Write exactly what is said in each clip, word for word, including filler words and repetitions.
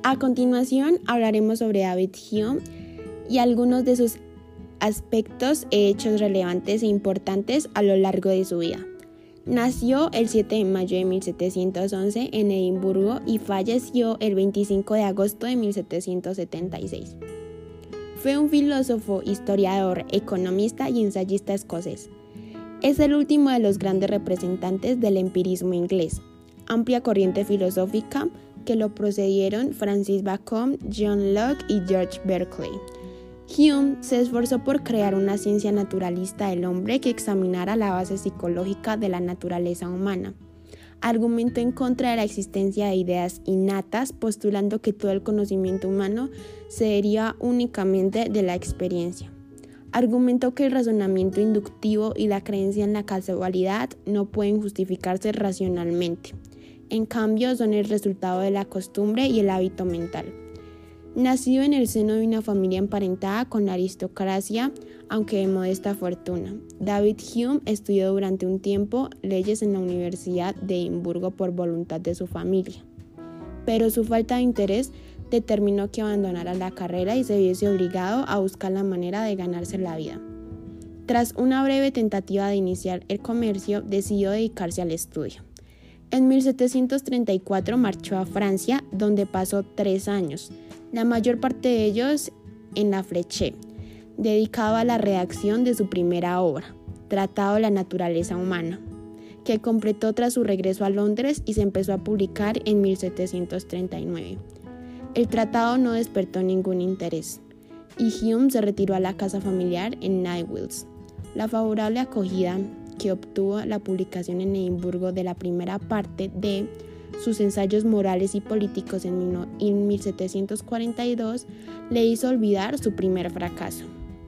A continuación hablaremos sobre David Hume y algunos de sus aspectos e hechos relevantes e importantes a lo largo de su vida. Nació el siete de mayo de mil setecientos once en Edimburgo y falleció el veinticinco de agosto de mil setecientos setenta y seis. Fue un filósofo, historiador, economista y ensayista escocés. Es el último de los grandes representantes del empirismo inglés, amplia corriente filosófica que lo precedieron Francis Bacon, John Locke y George Berkeley. Hume se esforzó por crear una ciencia naturalista del hombre que examinara la base psicológica de la naturaleza humana. Argumentó en contra de la existencia de ideas innatas, postulando que todo el conocimiento humano se deriva únicamente de la experiencia. Argumentó que el razonamiento inductivo y la creencia en la casualidad no pueden justificarse racionalmente. En cambio, son el resultado de la costumbre y el hábito mental. Nacido en el seno de una familia emparentada con la aristocracia, aunque de modesta fortuna, David Hume estudió durante un tiempo leyes en la Universidad de Edimburgo por voluntad de su familia. Pero su falta de interés determinó que abandonara la carrera y se viese obligado a buscar la manera de ganarse la vida. Tras una breve tentativa de iniciar el comercio, decidió dedicarse al estudio. En mil setecientos treinta y cuatro marchó a Francia, donde pasó tres años, la mayor parte de ellos en la Fleche, dedicado a la redacción de su primera obra, Tratado de la Naturaleza Humana, que completó tras su regreso a Londres y se empezó a publicar en mil setecientos treinta y nueve. El tratado no despertó ningún interés, y Hume se retiró a la casa familiar en Nightwills. La favorable acogida que obtuvo la publicación en Edimburgo de la primera parte de sus ensayos morales y políticos en mil setecientos cuarenta y dos le hizo olvidar su primer fracaso.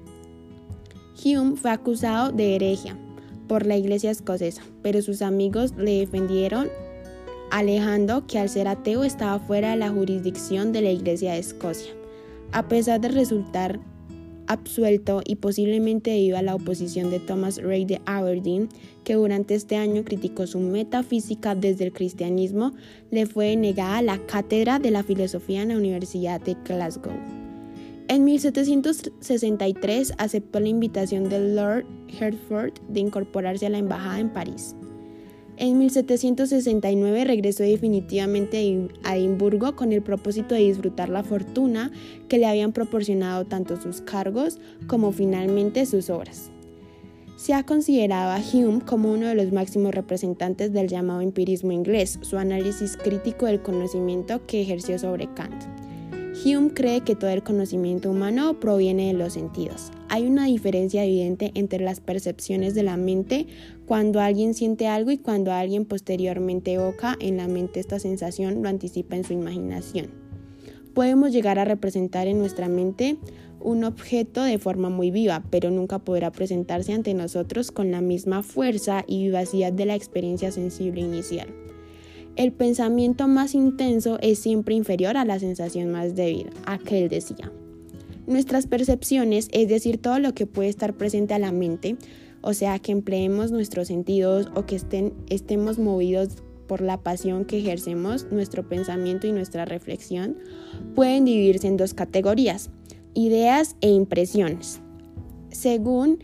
Hume fue acusado de herejía por la Iglesia escocesa, pero sus amigos le defendieron, alegando que al ser ateo estaba fuera de la jurisdicción de la Iglesia de Escocia. A pesar de resultar absuelto y posiblemente debido a la oposición de Thomas Ray de Aberdeen, que durante este año criticó su metafísica desde el cristianismo, le fue negada la cátedra de la filosofía en la Universidad de Glasgow. En mil setecientos sesenta y tres aceptó la invitación de Lord Hertford de incorporarse a la embajada en París. En mil setecientos sesenta y nueve regresó definitivamente a Edimburgo con el propósito de disfrutar la fortuna que le habían proporcionado tanto sus cargos como finalmente sus obras. Se ha considerado a Hume como uno de los máximos representantes del llamado empirismo inglés, su análisis crítico del conocimiento que ejerció sobre Kant. Hume cree que todo el conocimiento humano proviene de los sentidos. Hay una diferencia evidente entre las percepciones de la mente cuando alguien siente algo y cuando alguien posteriormente evoca en la mente esta sensación, lo anticipa en su imaginación. Podemos llegar a representar en nuestra mente un objeto de forma muy viva, pero nunca podrá presentarse ante nosotros con la misma fuerza y vivacidad de la experiencia sensible inicial. El pensamiento más intenso es siempre inferior a la sensación más débil, aquel decía. Nuestras percepciones, es decir, todo lo que puede estar presente a la mente, o sea, que empleemos nuestros sentidos o que estén, estemos movidos por la pasión que ejercemos, nuestro pensamiento y nuestra reflexión, pueden dividirse en dos categorías, ideas e impresiones. Según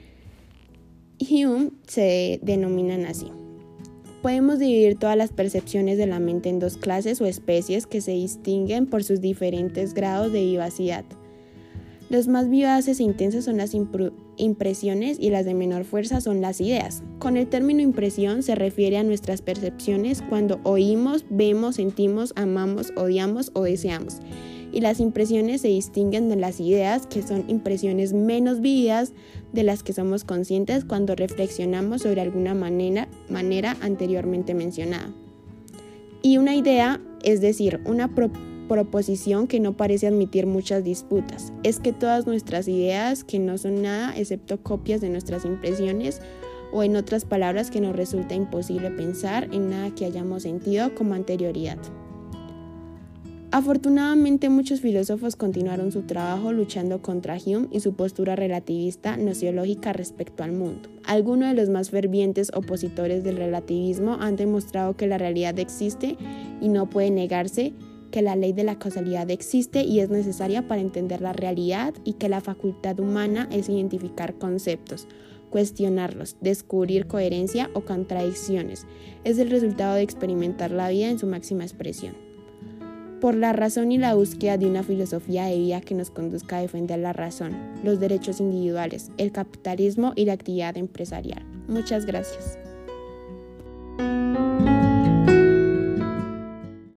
Hume, se denominan así. Podemos dividir todas las percepciones de la mente en dos clases o especies que se distinguen por sus diferentes grados de vivacidad. Los más vivaces e intensos son las impr- impresiones y las de menor fuerza son las ideas. Con el término impresión se refiere a nuestras percepciones cuando oímos, vemos, sentimos, amamos, odiamos o deseamos. Y las impresiones se distinguen de las ideas, que son impresiones menos vividas de las que somos conscientes cuando reflexionamos sobre alguna manera, manera anteriormente mencionada. Y una idea, es decir, una pro- proposición que no parece admitir muchas disputas, es que todas nuestras ideas, que no son nada excepto copias de nuestras impresiones, o en otras palabras que nos resulta imposible pensar en nada que hayamos sentido como anterioridad. Afortunadamente, muchos filósofos continuaron su trabajo luchando contra Hume y su postura relativista nociológica respecto al mundo. Algunos de los más fervientes opositores del relativismo han demostrado que la realidad existe y no puede negarse, que la ley de la causalidad existe y es necesaria para entender la realidad y que la facultad humana es identificar conceptos, cuestionarlos, descubrir coherencia o contradicciones. Es el resultado de experimentar la vida en su máxima expresión. Por la razón y la búsqueda de una filosofía de vida que nos conduzca a defender la razón, los derechos individuales, el capitalismo y la actividad empresarial. Muchas gracias.